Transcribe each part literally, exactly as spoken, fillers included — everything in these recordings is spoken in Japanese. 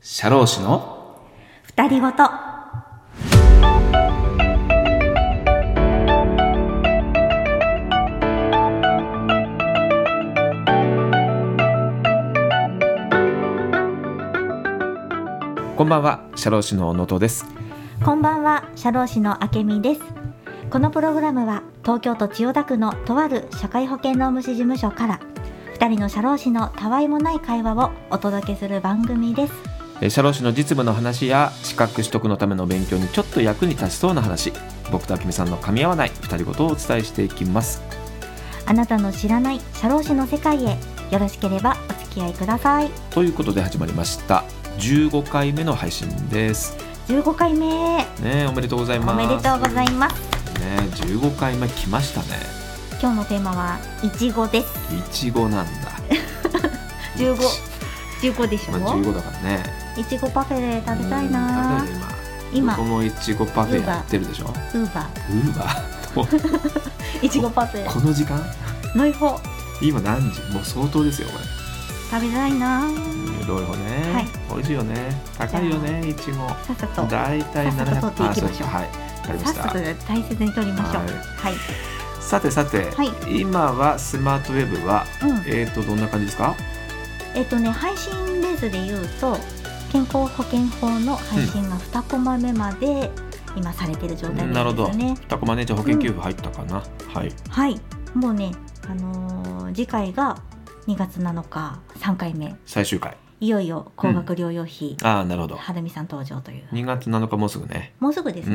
社労士の二人ごと。 こんばんは、社労士の野戸です。 こんばんは、社労士の明美です。このプログラムは東京都千代田区のとある社会保険労務士事務所から二人の社労士のたわいもない会話をお届けする番組です。 社労士の実務の話や資格取得のための勉強にちょっと役に立ちそうな話、僕と明美さんの噛み合わない二人ごとをお伝えしていきます。 あなたの知らない社労士の世界へよろしければお付き合いください。 ということで始まりましたじゅうごかいめの配信です。 じゅうごかいめね、おめでとうございます。 おめでとうございますね、じゅうごかいめ来ましたね。 今日のテーマはいちごです。 いちごなんだじゅうご、じゅうごでしょ、 まあ、じゅうごだからね。 いちごパフェ食べたいな。 食べたいね今どこもいちごパフェやってるでしょ。 ウーバーウーバーいちごパフェこの時間ノイホ今何時、もう相当ですよこれ。 食べたいな。 ロイホね、 はい、 美味しいよね。高いよね、いちご。 さっさとだいたいななひゃくさっさと取っていきましょう。 はい、やりました。 さっさと大切に取りましょう。 はい、 はい、 さてさて、はい、今はスマートウェブは、うん、えーとどんな感じですか？ えっとね配信ベースで言うと健康保険法の配信がにコマ目まで今されている状態なんですね。なるほど。にコマね、じゃあ保険給付入ったかな、うん、はいはいもうね、あのー、次回がにがつなのかさんかいめ最終回、 いよいよ高額療養費、 うん、ああなるほど、 はるみさん登場という。 にがつなのかもうすぐね。 もうすぐですね。 うん、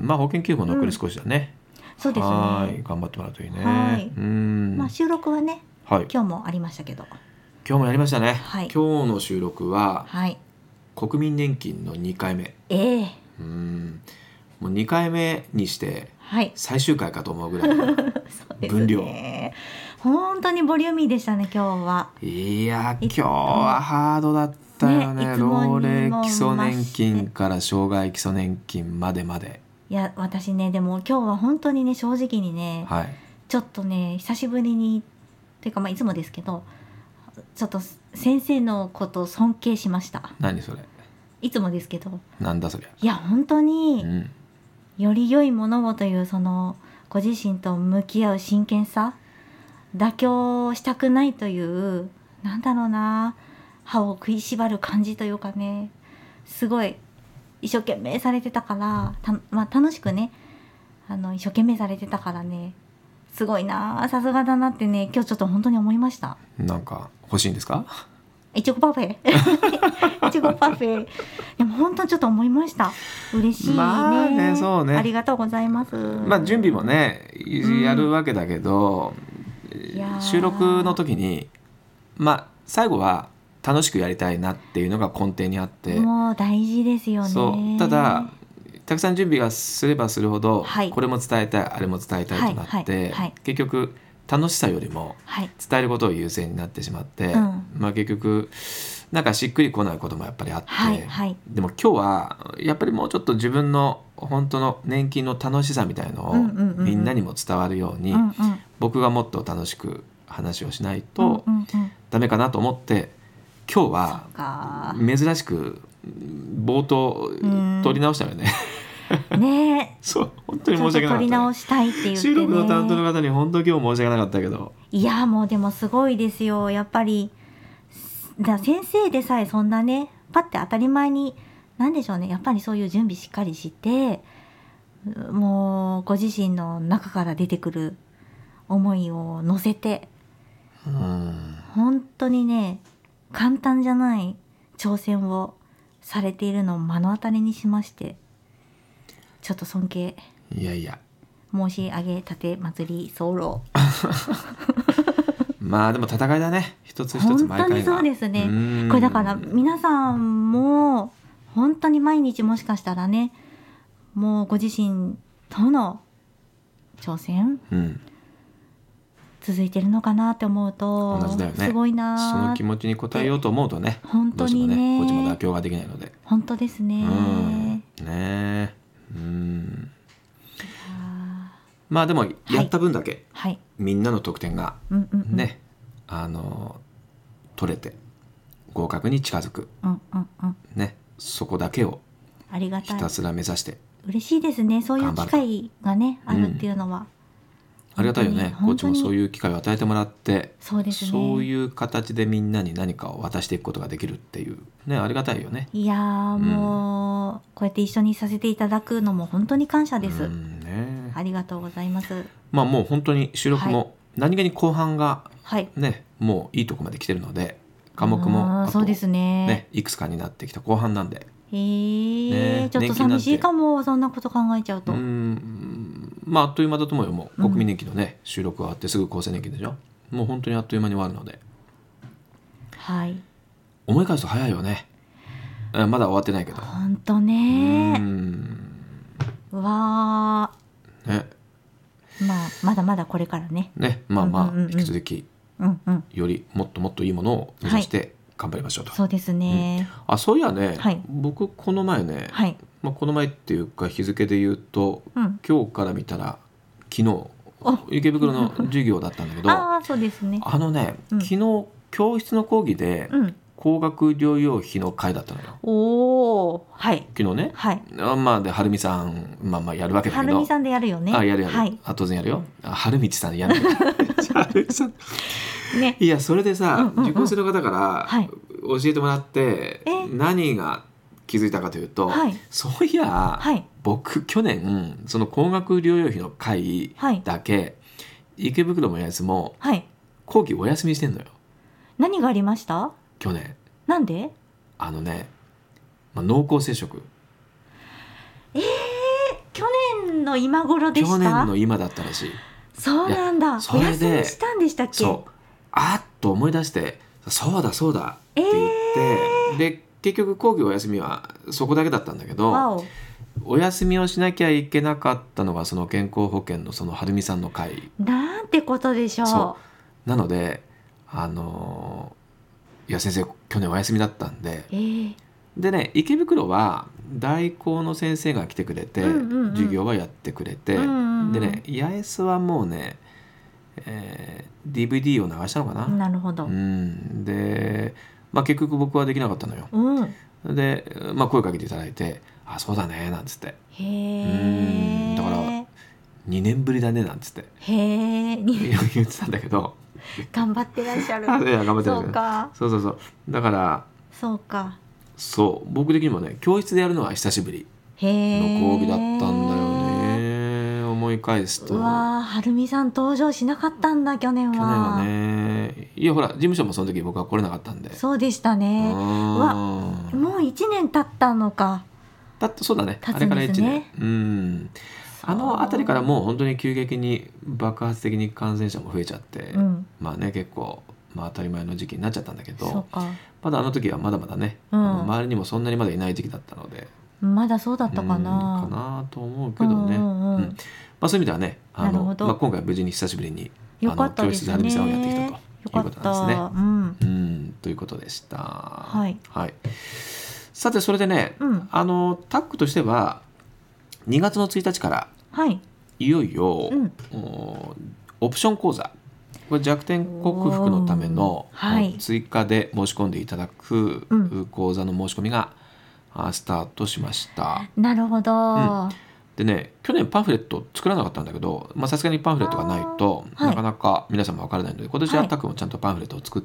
まあ保険給付も残り少しだね、 うん、そうですね。 はい頑張ってもらうといいね。 はい、 うん、 まあ、収録はね、 はい、 今日もありましたけど。 今日もやりましたね、 はい、 今日の収録は、 はい、 国民年金のにかいめ。 ええー、うんもうにかいめにして最終回かと思うぐらいの分量、 ね、本当にボリューミーでしたね今日は。 いや今日はハードだったよ ね, ね老齢基礎年金から障害基礎年金までまで。 いや私ねでも今日は本当にね正直にね、 はい、 ちょっとね久しぶりにというかまあいつもですけどちょっと先生のことを尊敬しました。 何それ？いつもですけど。 なんだそりゃ。 いや本当に、うん、より良い物事というそのご自身と向き合う真剣さ、妥協したくないというなんだろうな、歯を食いしばる感じというかね、すごい一生懸命されてたからた、まあ、楽しくねあの一生懸命されてたからね、すごいな、さすがだなってね今日ちょっと本当に思いました。 なんか欲しいんですか？ いちごパフェいちごパフェでも本当ちょっと思いました。嬉しいね。 まあね、そうね、 ありがとうございます。 まあ準備もねやるわけだけど、うん、収録の時にまあ最後は楽しくやりたいなっていうのが根底にあって、 もう大事ですよね。 そうただたくさん準備がすればするほど、 はい、 これも伝えたいあれも伝えたいとなって、はいはいはい、結局楽しさよりも伝えることを優先になってしまって、はい、まあ、結局なんかしっくりこないこともやっぱりあって、 はいはい、 でも今日はやっぱりもうちょっと自分の本当の年金の楽しさみたいのをみんなにも伝わるように、うんうんうん、僕がもっと楽しく話をしないとダメかなと思って、今日は珍しく冒頭撮り直したよね。 ねえそう本当に申し訳なかった、ね、 撮り直したいって言ってね、 収録の担当の方に本当今日申し訳なかったけど、 いやもうでもすごいですよやっぱり。だ先生でさえそんなねパッて当たり前に何でしょうね、やっぱりそういう準備しっかりして、もうご自身の中から出てくる思いを乗せて、 うん、 本当にね簡単じゃない挑戦をされているのを目の当たりにしまして、ちょっと尊敬いやいや申し上げたて祭り候まあでも戦いだね、一つ一つ毎回が。 本当にそうですね。これだから皆さんも本当に毎日もしかしたらねもうご自身との挑戦、うん、続いてるのかなって思うと同じだよね、すごいな。 その気持ちに応えようと思うとね本当に ね, ねこっちも妥協ができないので。 本当ですね、 うん、ねうんまあでもやった分だけ、はいはい、みんなの得点がね、うんうんうん、あの取れて合格に近づく、 うんうんうん、 ね、 そこだけをありがたい。 ひたすら目指して嬉しいですね。そういう機会がねあるっていうのは、 ありがたいよね。コーチもそういう機会を与えてもらって、 そうですね、 そういう形でみんなに何かを渡していくことができるっていうね、ありがたいよね。 いやーもう、うん、こうやって一緒にさせていただくのも本当に感謝です、うんね、ありがとうございます。 まあもう本当に収録も何気に後半がね、はい、もういいとこまで来てるので、科目もあと、 そうですね、 いくつかになってきた後半なんで、 へー、ね、ちょっと寂しいかも、そんなこと考えちゃうと。うーん、 まああっという間だと思うよ。もう国民年金のね、うん、収録が終わってすぐ厚生年金でしょ。もう本当にあっという間に終わるので、 はい、 思い返すと早いよね。まだ終わってないけど本当ね、うーん、うわー、ね、まあまだまだこれからねね、まあまあ、うんうんうん、引き続き、うんうん、よりもっともっといいものを目指して頑張りましょうと、 はい、そうですね、 うん、あ、そういやね、 はい、 僕この前ね、 はい、 まあ、この前っていうか日付で言うと、うん、今日から見たら昨日池袋の授業だったんだけどあ, そうですね、 あのね、うん、昨日教室の講義で、うん、高額療養費の会だったのよ。 おー、はい、 昨日ね、はい、まあではるみさん、まあ、まあやるわけだけど、 はるみさんでやるよね。 あ、やるやる、はい、あ当然やるよ。はるみちさんでやるはるみさんね、いやそれでさ、うんうんうん、受講生の方から教えてもらって、はい、何が気づいたかというと、はい、そういや、はい、僕去年その高額療養費の会だけ、はい、池袋もやつも、はい、講義お休みしてんのよ。 何がありました？ 去年。 なんで？ あのね、まあ、濃厚接触。 えー、去年の今頃でした？ 去年の今だったらしい。 そうなんだ。お休みしたんでしたっけ？ そうあっと思い出して、そうだそうだって言って、えー、で結局講義お休みはそこだけだったんだけど、お休みをしなきゃいけなかったのがその健康保険のそのはるみさんの会なんてことでしょう。 そうなので、あのいや先生去年お休みだったんで、えー、でね池袋は代行の先生が来てくれて、うんうんうん、授業はやってくれて、うんうんうん、でね八重洲はもうね、えー、ディーブイディー を流したのかな。 なるほど、 うん、で、まあ、結局僕はできなかったのよ、うん、で、まあ、声かけていただいてあそうだねなんつってへうんだからにねんぶりだねなんつってへ言ってたんだけど頑張ってらっしゃる。 いや頑張ってらっしゃる。そうかそうそうそうだからそうかそう僕的にもね教室でやるのは久しぶりの講義だったんだよね。思い返すとうわはるみさん登場しなかったんだ去年は。 去年はねいやほら事務所もその時僕は来れなかったんで。 そうでしたね。うわもういちねん経ったのか。 だってそうだね経つんですね。あれからいちねんうんあの辺りからもう本当に急激に爆発的に感染者も増えちゃって、うん、まあね結構、まあ、当たり前の時期になっちゃったんだけどまだあの時はまだまだね、うん、あの周りにもそんなにまだいない時期だったのでまだそうだったかな、 うん、かなと思うけどね、うんうんうんまあ、そういう意味ではねあの、まあ、今回無事に久しぶりによかったですね。 あの教室ではるみさんをやってきたということなんですね。 うん、 うん、ということでした。 はい、 はい、さてそれでね、うん、あのタッグとしてはにがつのついたちから、はい、いよいよ、うん、オプション講座これ弱点克服のための、はい、追加で申し込んでいただく、うん、講座の申し込みがスタートしました。 なるほど、うん、 でね去年パンフレット作らなかったんだけどさすがにパンフレットがないと、はい、なかなか皆さんも分からないので今年はタックもちゃんとパンフレットを作って、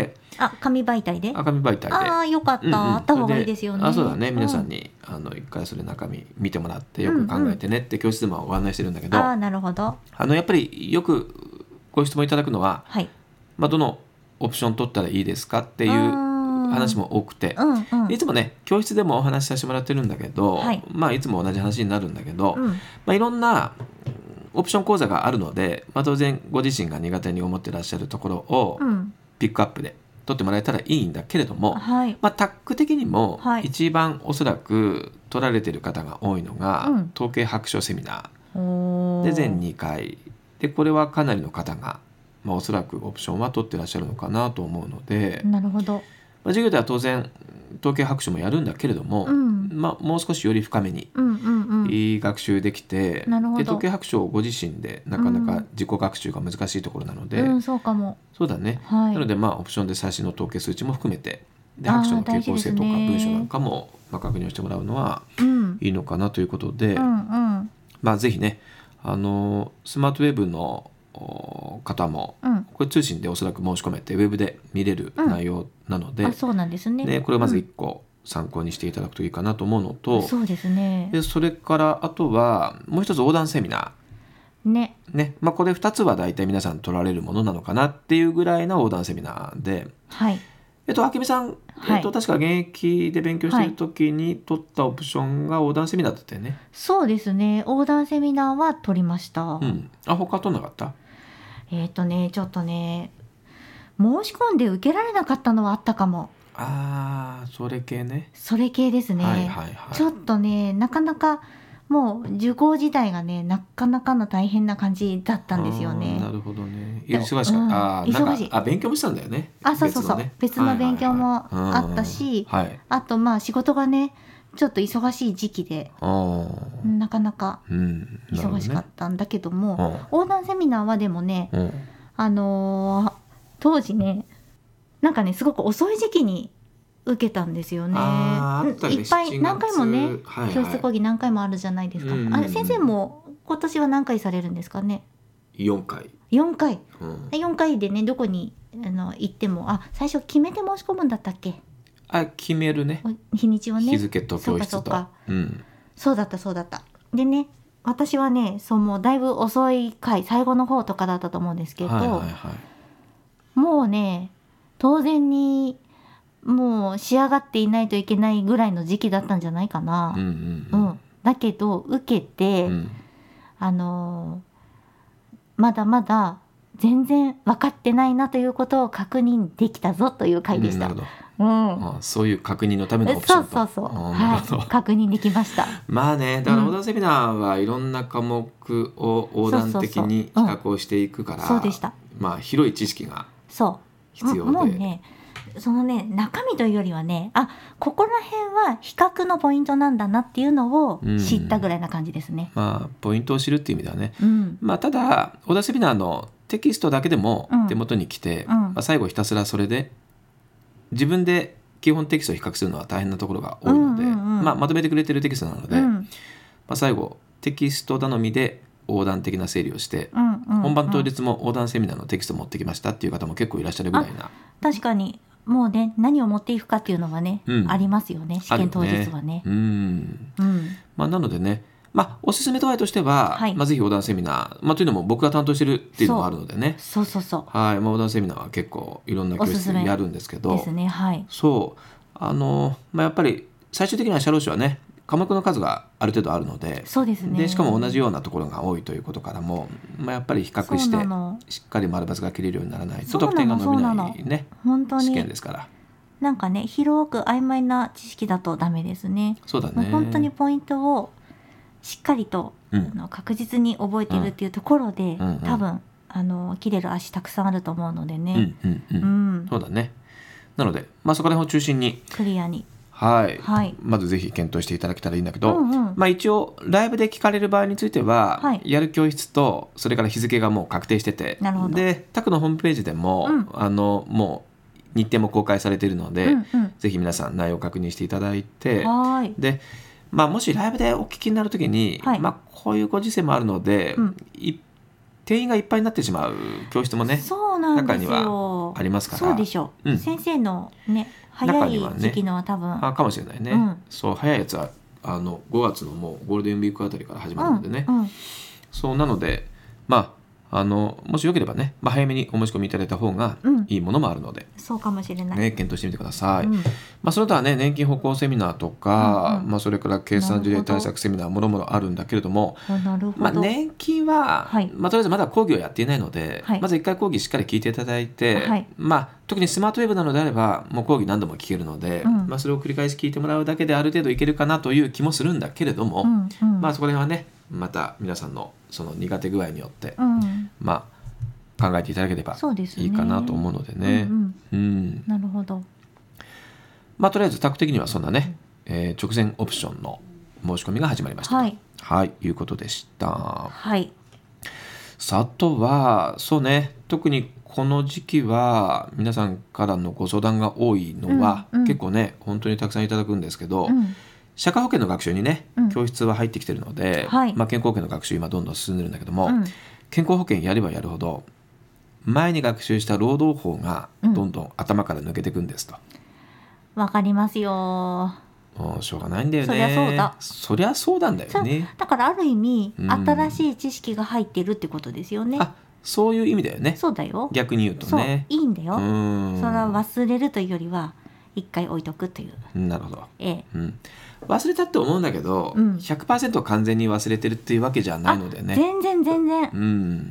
はい、あ紙媒体であ紙媒体であよかった、うんうん、あった方がいいですよね。 あそうだね皆さんに、うん、あの一回それ中身見てもらってよく考えてねって教室でもご案内してるんだけど、 うんうん、あなるほどあのやっぱりよくご質問いただくのは、はいまあ、どのオプション取ったらいいですかっていう話も多くて、うんうん、いつもね教室でもお話しさせてもらってるんだけど、はいまあ、いつも同じ話になるんだけど、うんまあ、いろんなオプション講座があるので、まあ、当然ご自身が苦手に思ってらっしゃるところをピックアップで取ってもらえたらいいんだけれども、はいまあ、タック的にも一番おそらく取られてる方が多いのが、うん、統計白書セミナーで全にかいでこれはかなりの方が、まあ、おそらくオプションは取ってらっしゃるのかなと思うのでなるほど、まあ、 授業では当然統計白書もやるんだけれども、うんまあ、もう少しより深めに、うんうんうん、学習できてで統計白書をご自身でなかなか自己学習が難しいところなので、 うんうん、そうかもそうだね、はい、なのでまあオプションで最新の統計数値も含めてで白書の傾向性とか文章なんかも、まあ、確認をしてもらうのはいいのかなということで、うんうん、まあ、ぜひねあのスマートウェブの方も、うん、これ通信でおそらく申し込めてウェブで見れる内容なので、うん、 あそうなんですね、 ね、これをまずいっこ参考にしていただくといいかなと思うのと、 うん、そうですね。 でそれからあとはもう一つ横断セミナーねね、まあ、これふたつは大体皆さん取られるものなのかなっていうぐらいの横断セミナーで、 はい、 えっと、明美さん、えっと、確か現役で勉強している時に取ったオプションが横断セミナーだったよね、はい、 そうですね、横断セミナーは取りました、うん、 あ他取んなかった？ えっとねちょっとね申し込んで受けられなかったのはあったかも。 あーそれ系ね。 それ系ですね、 はいはいはい、ちょっとねなかなかもう受講自体がねなかなかの大変な感じだったんですよね。 なるほどね。忙しかった、うん、あ忙しい。あ勉強もしたんだよね。 あそうそうそう、別のね、別の勉強もあったし、はいはいはい、あとまあ仕事がねちょっと忙しい時期でなかなか忙しかったんだけども、うん、ど横断セミナーはでもね、うん、あのー、当時ねなんかねすごく遅い時期に受けたんですよね。いっぱい何回もね、はいはい、教室講義何回もあるじゃないですか、うんうんうん、あれ先生も今年は何回されるんですかね？ よんかい。 よんかい、うん、よんかいでねどこにあの行ってもあ最初決めて申し込むんだったっけ？ あ決めるね、 日にちをね、 日付と教室とそうかそうか、うん、そうだったそうだった。でね私はねそうもうだいぶ遅い回最後の方とかだったと思うんですけど、はいはいはい、もうね当然にもう仕上がっていないといけないぐらいの時期だったんじゃないかな、うんうんうんうん、だけど受けて、うん、あのー、まだまだ全然分かってないなということを確認できたぞという回でした、うんうん、あそういう確認のためのオプションとそうそうそう、はい、確認できました。 まあねだから横断セミナーはいろんな科目を横断的に比較をしていくから、 そうでした。 まあ広い知識が必要で、 もうねそのね中身というよりはねあここら辺は比較のポイントなんだなっていうのを知ったぐらいな感じですね、 うん、まあポイントを知るっていう意味ではね、うん、まあただ横断セミナーのテキストだけでも手元に来て、うんまあ、最後ひたすらそれで自分で基本テキストを比較するのは大変なところが多いので、うんうんうんまあ、まとめてくれてるテキストなので、うんまあ、最後テキスト頼みで横断的な整理をして、うんうんうん、本番当日も横断セミナーのテキストを持ってきましたっていう方も結構いらっしゃるぐらいな。 確かにもうね何を持っていくかっていうのがね、うん、ありますよね試験当日はね。 うん、うんまあ、なのでねまあ、おすすめ度合いとしては、はいまあ、ぜひ横断セミナー、まあ、というのも僕が担当してるっていうのもあるのでねそうそうそうそう、 はいまあ、横断セミナーは結構いろんな教室でやるんですけどですね、はい、 そうあの、まあ、やっぱり最終的には社労士はね科目の数がある程度あるので、 そうですね、 でしかも同じようなところが多いということからも、まあ、やっぱり比較してしっかり丸×が切れるようにならないと得点が伸びないね本当に試験ですから。 なんかね広く曖昧な知識だとダメですね。 そうだね、 本当にポイントをしっかりと、うん、あの確実に覚えているっていうところで、うんうん、多分あの切れる足たくさんあると思うのでね、 うんうんうんうん、そうだね。なので、まあ、そこら辺を中心にクリアに、 はいはい、まずぜひ検討していただけたらいいんだけど、うんうんまあ、一応ライブで聞かれる場合については、はい、やる教室とそれから日付がもう確定してて、なるほどでタクのホームページでも、うん、あのもう日程も公開されているので、うんうん、ぜひ皆さん内容を確認していただいて、はいでまあ、もしライブでお聞きになるときに、はいまあ、こういうご時世もあるので、うん、定員がいっぱいになってしまう教室もねそうなんですよ、 中にはありますから。 そうでしょう、うん、先生のね早い時期のは多分、ね、 あかもしれないね、うん、そう早いやつはあのごがつのもうゴールデンウィークあたりから始まるのでね、うんうん、そうなのでまああのもしよければね、まあ、早めにお申し込みいただいた方がいいものもあるので、 うん、そうかもしれない、 ね、検討してみてください、うんまあ、その他はね年金保護セミナーとか、うんうんまあ、それから計算事例対策セミナーもろもろあるんだけれども、 なるほど、 まあ、年金は、はいまあ、とりあえずまだ講義をやっていないので、はい、まず一回講義しっかり聞いていただいて、はいまあ、特にスマートウェブなのであればもう講義何度も聞けるので、うんまあ、それを繰り返し聞いてもらうだけである程度いけるかなという気もするんだけれども、うんうんまあ、そこら辺はねまた皆さんのその苦手具合によって、うんまあ考えていただければいいかなと思うのでね。うんうんうん、 なるほど。 まあとりあえずタク的にはそんなね、えー、直前オプションの申し込みが始まりました。はい、はい、いうことでした。 はい。 あとはそうね、特にこの時期は皆さんからのご相談が多いのは、うんうん、結構ね本当にたくさんいただくんですけど、うん、社会保険の学習にね、うん、教室は入ってきてるので、はい、まあ、健康保険の学習今どんどん進んでるんだけども、うん、健康保険やればやるほど前に学習した労働法がどんどん頭から抜けていくんですと。 わ、うん、かりますよ。 もうしょうがないんだよね。 そりゃそうだ。 そりゃそうなんだよね。 だからある意味、うん、新しい知識が入ってるってことですよね。 あ、そういう意味だよね。 そうだよ。 逆に言うとね。 そういいんだよ。うん、それは忘れるというよりは一回置いとくという。 なるほど。 ええ、 うん、忘れたって思うんだけど、うん、ひゃくパーセント 完全に忘れてるっていうわけじゃないのでね。 全然全然、 うん、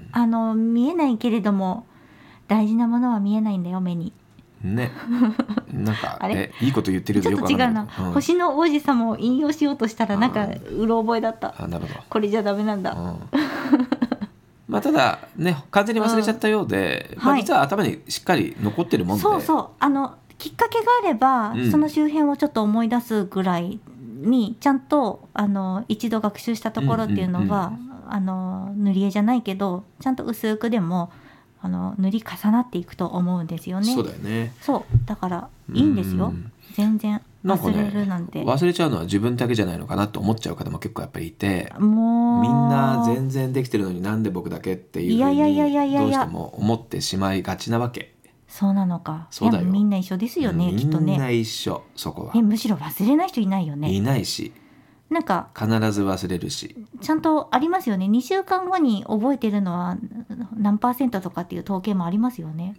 あの見えないけれども大事なものは見えないんだよ、目に。 ね、なんかあれいいこと言ってるよちょっと違うな、うん、星の王子様を引用しようとしたらなんかうろ覚えだった。 あ、なるほど。 これじゃダメなんだ、うん、 まあただね完全に忘れちゃったようで、うん、まあ、実は頭にしっかり残ってるもんで、 そうそう、あのきっかけがあれば、うん、その周辺をちょっと思い出すぐらいにちゃんとあの一度学習したところっていうのは、うんうんうん、あの塗り絵じゃないけどちゃんと薄くでもあの塗り重なっていくと思うんですよね。 そうだよね。 そうだからいいんですよ、全然忘れるなんて。 なんかね、忘れちゃうのは自分だけじゃないのかなと思っちゃう方も結構やっぱりいて、もうみんな全然できてるのになんで僕だけっていうふうにどうしても思ってしまいがちなわけ。 そうなのか。 そうだよ。 みんな一緒ですよね、きっとね。 みんな一緒、そこは。 え、むしろ忘れない人いないよね。 いないし、 なんか必ず忘れるし、 ちゃんとありますよね。にしゅうかんごに覚えてるのは何パーセントとかっていう統計もありますよね。 うん、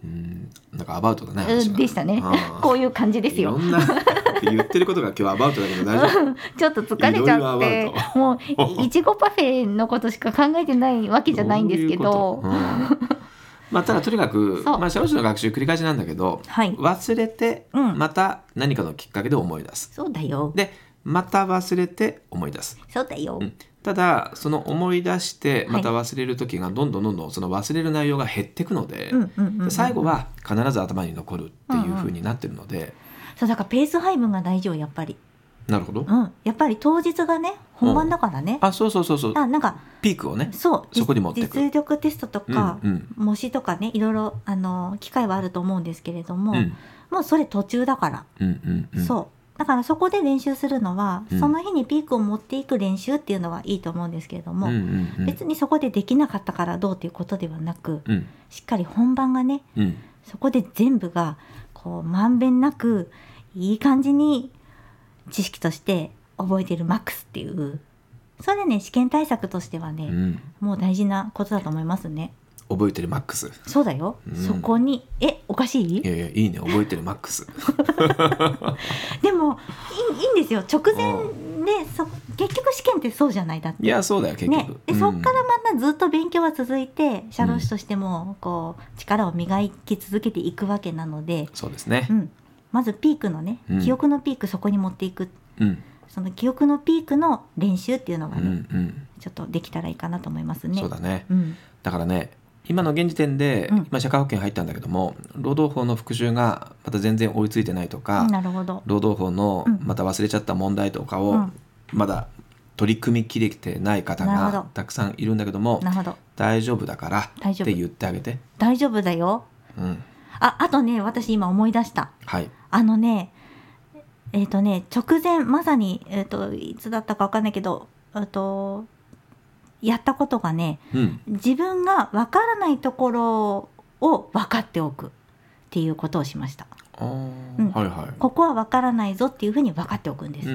なんかアバウトだね。 でしたね。こういう感じですよ。 いろんな言ってることが今日アバウトだけど大丈夫ちょっと疲れちゃってもういちごパフェのことしか考えてないわけじゃないんですけど、 うう、うん、まあ、ただとにかく、まあ、社労士の学習繰り返しなんだけど、はい、忘れてまた何かのきっかけで思い出す、 うん、そうだよ。 でまた忘れて思い出す、 そうだよ、うん、 ただその思い出してまた忘れる時がどんどんどんどんその忘れる内容が減っていくので、最後は必ず頭に残るっていう風になってるので、うんうん、 そうだからペース配分が大事よやっぱり。 なるほど、 うん、やっぱり当日がね本番だからね、 うん、あ、そうそうそうそう、 あ、なんかピークをね、 そうそこに持っていく。 実力テストとか、 うんうん、 模試とかね、いろいろあの機会はあると思うんですけれども、うん、もうそれ途中だから、うんうんうん、そうだからそこで練習するのは、うん、その日にピークを持っていく練習っていうのはいいと思うんですけれども、うんうんうん、別にそこでできなかったからどうっていうことではなく、うん、しっかり本番がね、うん、そこで全部がこうまんべんなくいい感じに知識として覚えてるマックスっていう、それね試験対策としてはね、うん、もう大事なことだと思いますね。 覚えてるマックス。 そうだよ、うん、そこにえおかしい？ いやいやいいね、覚えてるマックスでもいい、いいんですよ直前で、そ結局試験ってそうじゃない、だって。 いやそうだよ結局、ね、 で、うん、そっからまたずっと勉強は続いて社労士としてもこう力を磨き続けていくわけなので、 そうですね、 うん、まずピークのね、記憶のピークそこに持っていく、うん、その記憶のピークの練習っていうのがね、うんうん、ちょっとできたらいいかなと思いますね。 そうだね、うん、だからね今の現時点で、うん、今社会保険入ったんだけども労働法の復習がまた全然追いついてないとか、 なるほど、 労働法のまた忘れちゃった問題とかをまだ取り組みきれてない方がたくさんいるんだけども、 なるほど、 大丈夫だからって言ってあげて。 大丈夫だよ、うん、あ, あとね私今思い出した、 はい、 あのねえっ、ー、とね直前まさに、えー、といつだったか分かんないけど、えー、とやったことがね、うん、自分が分からないところを分かっておくっていうことをしました。 あ、うんはいはい、 ここは分からないぞっていうふうに分かっておくんです。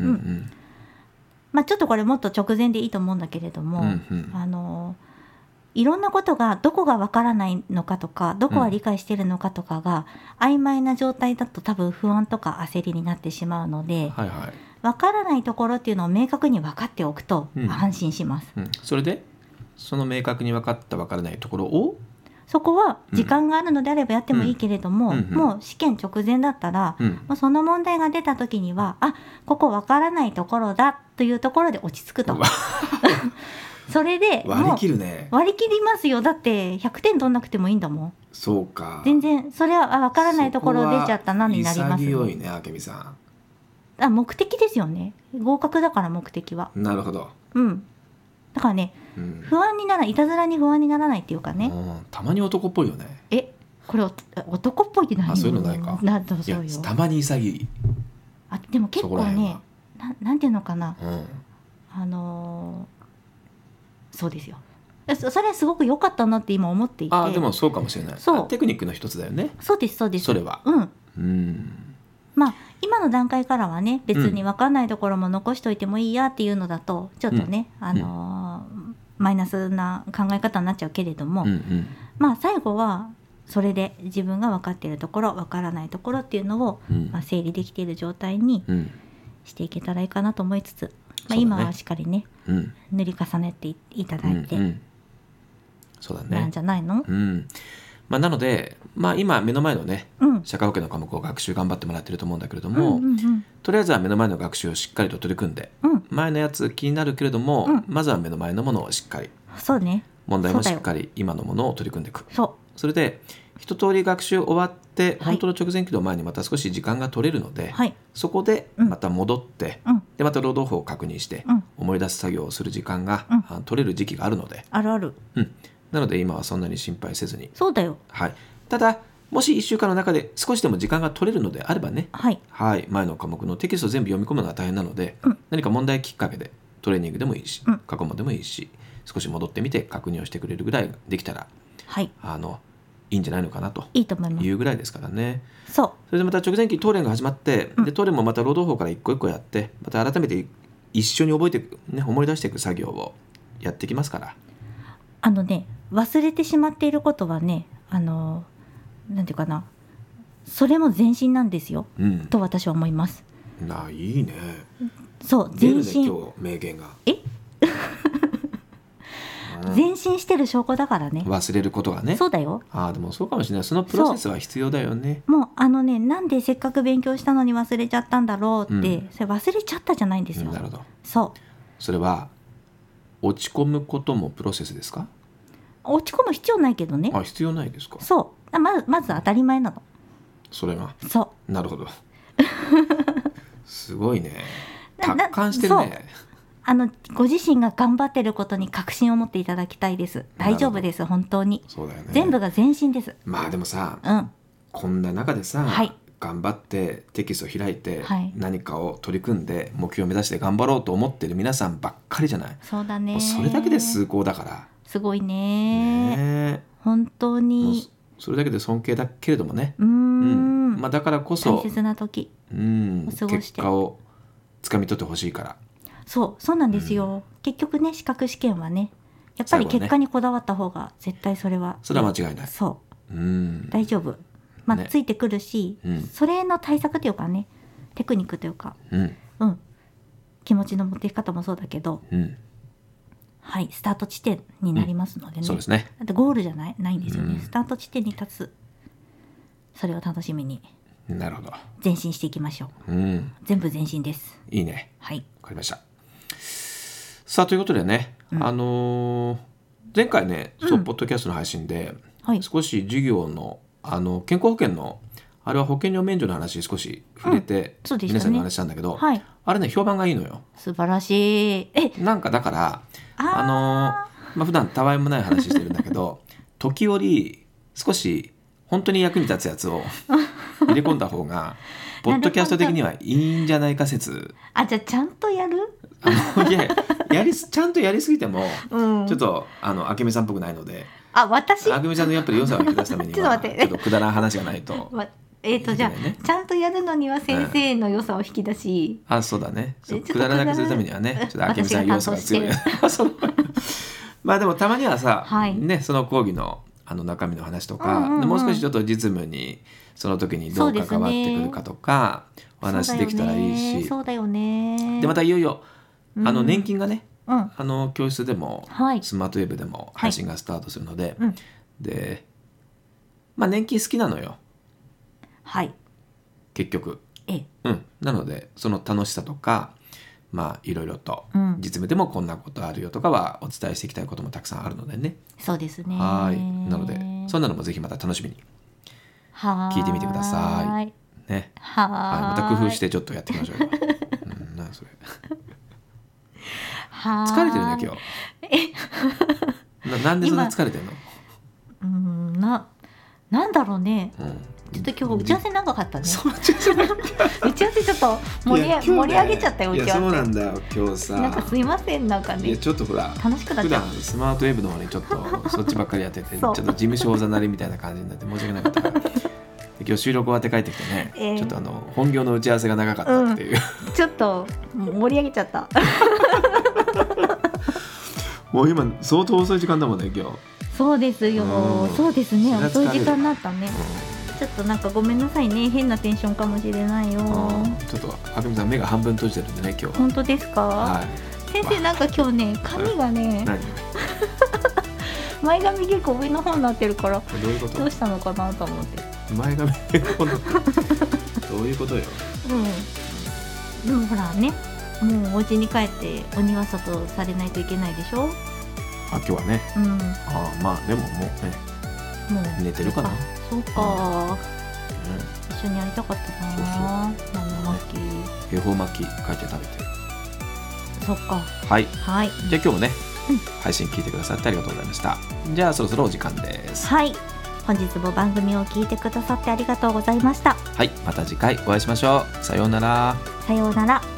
まあちょっとこれもっと直前でいいと思うんだけれども、うんうん、あのいろんなことがどこが分からないのかとかどこは理解しているのかとかが、うん、曖昧な状態だと多分不安とか焦りになってしまうので、はいはい、分からないところっていうのを明確に分かっておくと安心します、 うんうん、それでその明確に分かった分からないところをそこは時間があるのであればやってもいいけれども、うんうんうん、もう試験直前だったら、うん、もうその問題が出た時にはあここ分からないところだというところで落ち着くとそれで割り切るね。 割り切りますよ。だってひゃくてん取んなくてもいいんだもん。 そうか。 全然それはあ分からないところ出ちゃったなになりますね。 潔いね、あけみさん。 あ、目的ですよね。合格だから目的は。 なるほど。 うん。だからねうん、 不安にならない、いたずらに不安にならないっていうかね、 うん、たまに男っぽいよね。 えこれ男っぽいって何？ あ、そういうのないか。 などうそうよ。 いやたまに潔い。 あでも結構ね、ななんていうのかな、 うん、 あのー、そうですよ。そそれすごく良かったなって今思っていて。 あでもそうかもしれない。そうテクニックの一つだよね。 そうですそうです。 それは。 うん。 うん。 まあ今の段階からはね、別に分かんないところも残しといてもいいやっていうのだとちょっとね、うん、あのーうん、マイナスな考え方になっちゃうけれども、 うんうん、 まあ最後はそれで自分が分かっているところ分からないところっていうのを、うん、まあ、整理できている状態にしていけたらいいかなと思いつつ、うんまあ、今はしっかりね、うん、塗り重ねて い, いただいて、うんうん、 そうだね、 なんじゃないの、 うんまあ、なので、まあ、今目の前のね、 うん、 社会保険の科目を学習頑張ってもらってると思うんだけれども、 うんうんうん、 とりあえずは目の前の学習をしっかりと取り組んで、うん、前のやつ気になるけれども、うん、まずは目の前のものをしっかり、 そうね、 問題もしっかり今のものを取り組んでいく。 そう、 それで一通り学習終わって本当の直前期の前にまた少し時間が取れるので、はい、そこでまた戻って、うん、でまた労働法を確認して思い出す作業をする時間が、うん、取れる時期があるので、 あるある、 うん、なので今はそんなに心配せずに、 そうだよ、 はい、ただもしいっしゅうかんの中で少しでも時間が取れるのであればね、 はいはい、前の科目のテキストを全部読み込むのは大変なので、うん、何か問題きっかけでトレーニングでもいいし、うん、過去問でもいいし、少し戻ってみて確認をしてくれるぐらいできたら、 はい、 あのいいんじゃないのかなといいと思いますいうぐらいですからね。 そうそれでまた直前期東連が始まって、うん、で東連もまた労働法から一個一個やってまた改めて一緒に覚えていく、ね、思い出していく作業をやっていきますから。 あのね忘れてしまっていることはね、あのなんていうかな、それも前進なんですよ、うん、と私は思います。 ないいね。 そう前進、 ね、今日名言がえ前進してる証拠だからね。 忘れることがね。 そうだよ。 ああでもそうかもしれない。そのプロセスは必要だよね。 もうあのね、なんでせっかく勉強したのに忘れちゃったんだろうって、うん、それ忘れちゃったじゃないんですよ、 うん、なるほど。 そうそれは落ち込むこともプロセスですか？ 落ち込む必要ないけどね。 あ、必要ないですか？ そうまず、まず当たり前なのそれが。 そうなるほどすごいね、達観してるね。 あのご自身が頑張ってることに確信を持っていただきたいです。大丈夫です、本当に。 そうだよね、 全部が前進です。 まあでもさ、 うん、 こんな中でさ、 はい、 頑張ってテキスト開いて、 はい、 何かを取り組んで目標を目指して頑張ろうと思ってる皆さんばっかりじゃない。 そうだね。 それだけで崇高だから。 すごい ね, ね本当にそれだけで尊敬だけれどもね、 うーん、 うんまあ、だからこそ大切な時、 うん、 過ごして結果をつかみ取ってほしいから。 そうそうなんですよ、うん、結局ね資格試験はねやっぱり結果にこだわった方が絶対それは、ね、 それは間違いない。 そう、 うん、 大丈夫、まあね、ついてくるし、うん、それの対策というかねテクニックというか、 うんうん、気持ちの持っていき方もそうだけど、 うん、 はい、スタート地点になりますのでね、うん、 そうですね。 だってゴールじゃない、ないんですよね、 うん、 スタート地点に立つ、それを楽しみになるほど前進していきましょう、うん、全部前進です。 いいね、 はい、 わかりました。さあということでね、うん、あのー、前回ね、そうポッドキャストの配信で、はい、少し授業のあの健康保険のあれは保険料免除の話少し触れて、うんね、皆さんにお話したんだけど、はい、あれね評判がいいのよ。 素晴らしい。えなんかだからあ、あのーまあ、普段たわいもない話してるんだけど時折少し本当に役に立つやつを入れ込んだ方がポッドキャスト的にはいいんじゃないか説。 あ、じゃあちゃんとやる？ あのいややりちゃんとやりすぎても、うん、ちょっとあの明美さんっぽくないので、 あ、私明美さんのやっぱり良さを引き出すためにはちょっと待って、ちょっとくだらん話がないと、 ま、えーとじゃあ、ね、ちゃんとやるのには先生の良さを引き出し、 うん、あ、そうだね、そうくだらなくするためにはねちょっと明美さんの要素が強いまあでもたまにはさ、はい、ね、その講義のあの中身の話とか、うんうんうん、でもう少しちょっと実務にその時にどう関わってくるかとか、ね、お話できたらいいし、 そうだよね。でまたいよいよあの年金がね、 うん、 あの教室でも、はい、スマートウェブでも配信がスタートするので、はい、で、まあ年金好きなのよ。 はい。 結局、 ええ、 うん、なのでその楽しさとか、まあいろいろと、うん、実務でもこんなことあるよとかはお伝えしていきたいこともたくさんあるのでね。 そうですね。 はい。なのでそんなのもぜひまた楽しみに聞いてみてください。ね。 はい。 また工夫してちょっとやっていきましょうよ。うん、なんそれ。疲れてるね今日。 な, なんでそんな疲れてんの？ うんななんだろうね、うんちょっと今日打ち合わせ長かったね。そう打ち合わせちょっと盛り, ね、盛り上げちゃったよ。打ち合わせ。いやそうなんだよ今日さ。なんかすいませんなんかね。いやちょっとほら楽しくなっちゃう。 普段スマートウェブの方にちょっとそっちばっかりやっててちょっと事務所おざなりみたいな感じになって申し訳なかったから。今日収録終わって帰ってきてね、えー、ちょっとあの本業の打ち合わせが長かったっていう、 うん、ちょっと盛り上げちゃった。 もう今相当遅い時間だもんね今日。 そうですよ、うん、そうですね遅い時間になったね。うんちょっとなんかごめんなさいね変なテンションかもしれないよ。 ちょっとあくみさん目が半分閉じてるんでね今日は。 本当ですか、はい、先生なんか今日ね髪がね、 何前髪結構上の方になってるからどういうことどうしたのかなと思って。 前髪上の方になってるどういうことよ。 うんでもほらねもうお家に帰ってお庭外されないといけないでしょ。 あ今日はね、 うん、 あまあでももうねもう寝てるかな。 そうか、うん、一緒にやりたかったな。豆まき恵方巻き書いて食べて。 そっかはい、 はい、 じゃあ今日もね、うん、配信聞いてくださってありがとうございました。じゃあそろそろお時間です。 はい本日も番組を聞いてくださってありがとうございました。 はいまた次回お会いしましょう。さようなら。 さようなら。